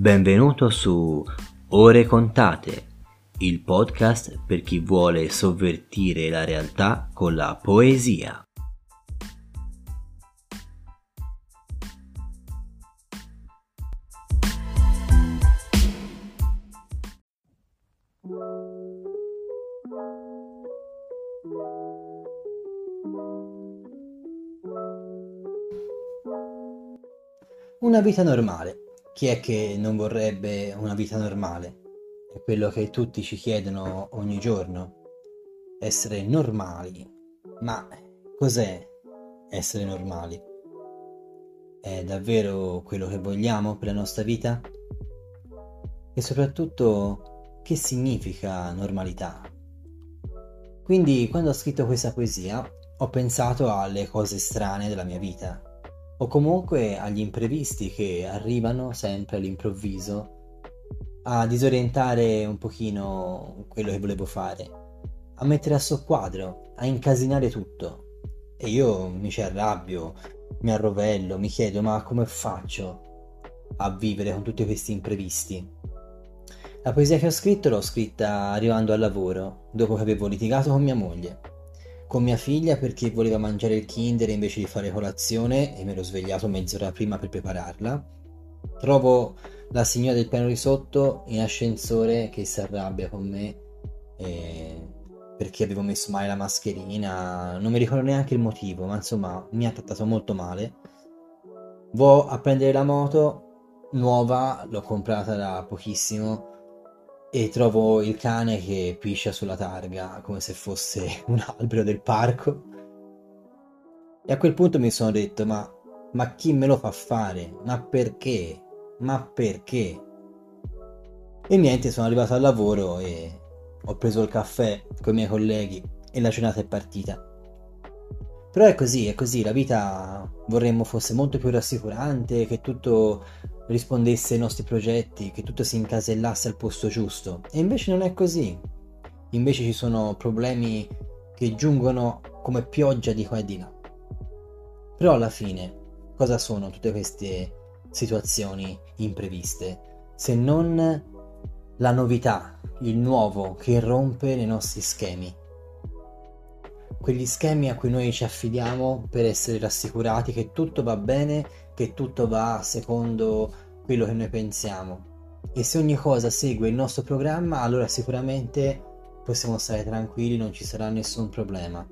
Benvenuto su Ore Contate, il podcast per chi vuole sovvertire la realtà con la poesia. Una vita normale. Chi è che non vorrebbe una vita normale? È quello che tutti ci chiedono ogni giorno. Essere normali. Ma cos'è essere normali? È davvero quello che vogliamo per la nostra vita? E soprattutto, che significa normalità? Quindi, quando ho scritto questa poesia, ho pensato alle cose strane della mia vita, o comunque agli imprevisti che arrivano sempre all'improvviso a disorientare un pochino quello che volevo fare, a mettere a soqquadro, a incasinare tutto. E io mi ci arrabbio, mi arrovello, mi chiedo ma come faccio a vivere con tutti questi imprevisti? La poesia che ho scritto l'ho scritta arrivando al lavoro, dopo che avevo litigato con mia moglie, con mia figlia perché voleva mangiare il Kinder invece di fare colazione e mi ero svegliato mezz'ora prima per prepararla. Trovo la signora del piano di sotto in ascensore che si arrabbia con me perché avevo messo male la mascherina, non mi ricordo neanche il motivo, ma insomma mi ha trattato molto male. Vo a prendere la moto nuova, l'ho comprata da pochissimo e trovo il cane che piscia sulla targa come se fosse un albero del parco. E a quel punto mi sono detto, ma chi me lo fa fare? Ma perché? Ma perché? E niente, sono arrivato al lavoro e ho preso il caffè con i miei colleghi e la giornata è partita. Però è così, la vita vorremmo fosse molto più rassicurante, che tutto rispondesse ai nostri progetti, che tutto si incasellasse al posto giusto. E invece non è così. Invece ci sono problemi che giungono come pioggia di qua e di là. Però alla fine, cosa sono tutte queste situazioni impreviste? Se non la novità, il nuovo che irrompe nei nostri schemi. Quegli schemi a cui noi ci affidiamo per essere rassicurati che tutto va bene, che tutto va secondo quello che noi pensiamo. E se ogni cosa segue il nostro programma, allora sicuramente possiamo stare tranquilli, non ci sarà nessun problema.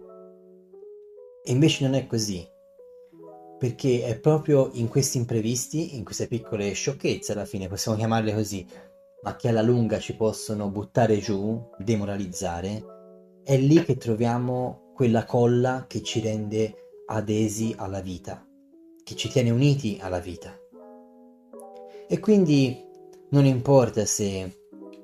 E invece non è così, perché è proprio in questi imprevisti, in queste piccole sciocchezze alla fine, possiamo chiamarle così, ma che alla lunga ci possono buttare giù, demoralizzare, è lì che troviamo quella colla che ci rende adesi alla vita, che ci tiene uniti alla vita. E quindi non importa se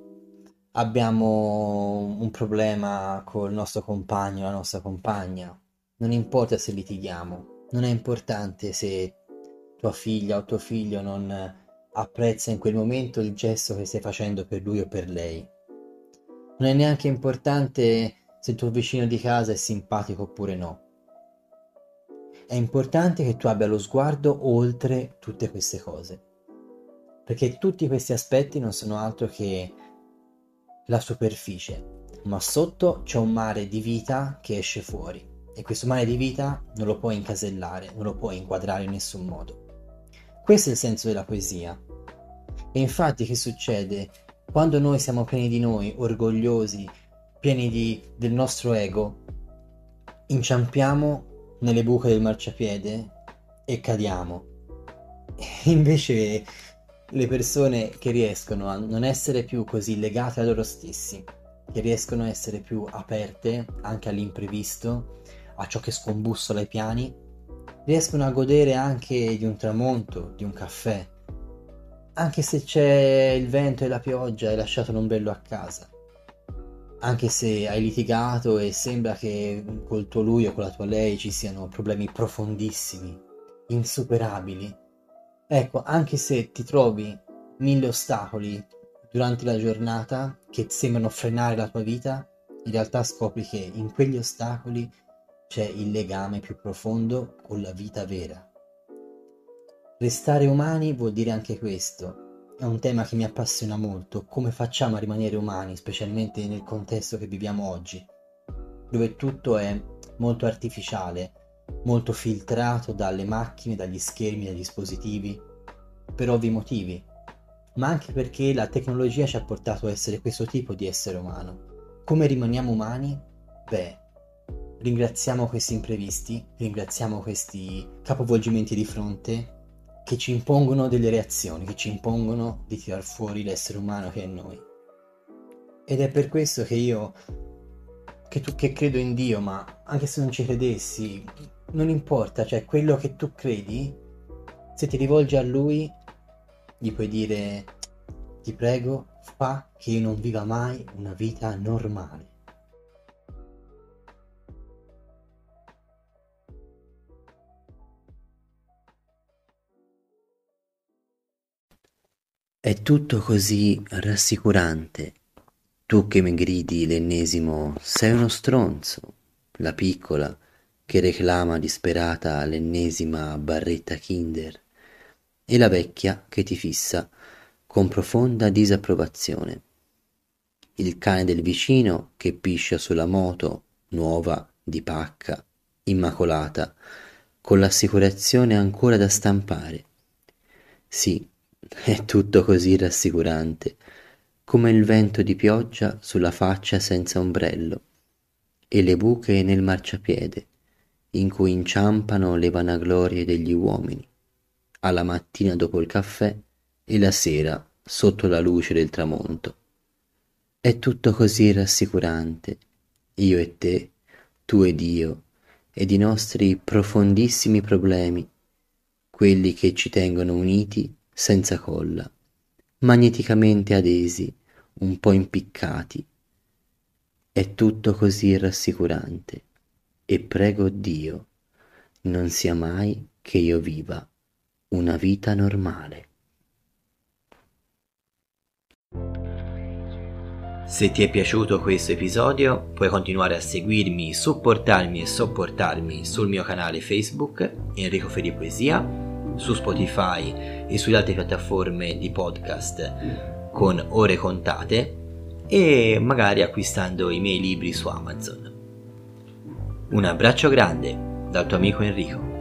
abbiamo un problema col nostro compagno o la nostra compagna, non importa se litighiamo, non è importante se tua figlia o tuo figlio non apprezza in quel momento il gesto che stai facendo per lui o per lei. Non è neanche importante se il tuo vicino di casa è simpatico oppure no. È importante che tu abbia lo sguardo oltre tutte queste cose, perché tutti questi aspetti non sono altro che la superficie, ma sotto c'è un mare di vita che esce fuori e questo mare di vita non lo puoi incasellare, non lo puoi inquadrare in nessun modo. Questo è il senso della poesia. E infatti che succede? Quando noi siamo pieni di noi, orgogliosi, del nostro ego, inciampiamo nelle buche del marciapiede e cadiamo. E invece le persone che riescono a non essere più così legate a loro stessi, che riescono a essere più aperte anche all'imprevisto, a ciò che scombussola i piani, riescono a godere anche di un tramonto, di un caffè, anche se c'è il vento e la pioggia e hai lasciato l'ombrello a casa, anche se hai litigato e sembra che col tuo lui o con la tua lei ci siano problemi profondissimi, insuperabili. Ecco, anche se ti trovi 1000 ostacoli durante la giornata che sembrano frenare la tua vita, in realtà scopri che in quegli ostacoli c'è il legame più profondo con la vita vera. Restare umani vuol dire anche questo, è un tema che mi appassiona molto, come facciamo a rimanere umani, specialmente nel contesto che viviamo oggi, dove tutto è molto artificiale, molto filtrato dalle macchine, dagli schermi, dai dispositivi, per ovvi motivi, ma anche perché la tecnologia ci ha portato a essere questo tipo di essere umano. Come rimaniamo umani? Beh, ringraziamo questi imprevisti, ringraziamo questi capovolgimenti di fronte che ci impongono delle reazioni, che ci impongono di tirar fuori l'essere umano che è noi. Ed è per questo che credo in Dio, ma anche se non ci credessi, non importa, cioè quello che tu credi, se ti rivolgi a Lui, gli puoi dire, ti prego, fa che io non viva mai una vita normale. È tutto così rassicurante. Tu che mi gridi l'ennesimo sei uno stronzo, la piccola che reclama disperata l'ennesima barretta Kinder, e la vecchia che ti fissa con profonda disapprovazione. Il cane del vicino che piscia sulla moto nuova di pacca, immacolata, con l'assicurazione ancora da stampare. Sì, è tutto così rassicurante, come il vento di pioggia sulla faccia senza ombrello, e le buche nel marciapiede, in cui inciampano le vanaglorie degli uomini, alla mattina dopo il caffè e la sera sotto la luce del tramonto. È tutto così rassicurante, io e te, tu ed io, ed i nostri profondissimi problemi, quelli che ci tengono uniti senza colla, magneticamente adesi, un po' impiccati. È tutto così rassicurante, e prego Dio non sia mai che io viva una vita normale. Se ti è piaciuto questo episodio, puoi continuare a seguirmi, supportarmi e sopportarmi sul mio canale Facebook Enrico Fedi Poesia, su Spotify e sulle altre piattaforme di podcast con ore contate, e magari acquistando i miei libri su Amazon. Un abbraccio grande dal tuo amico Enrico.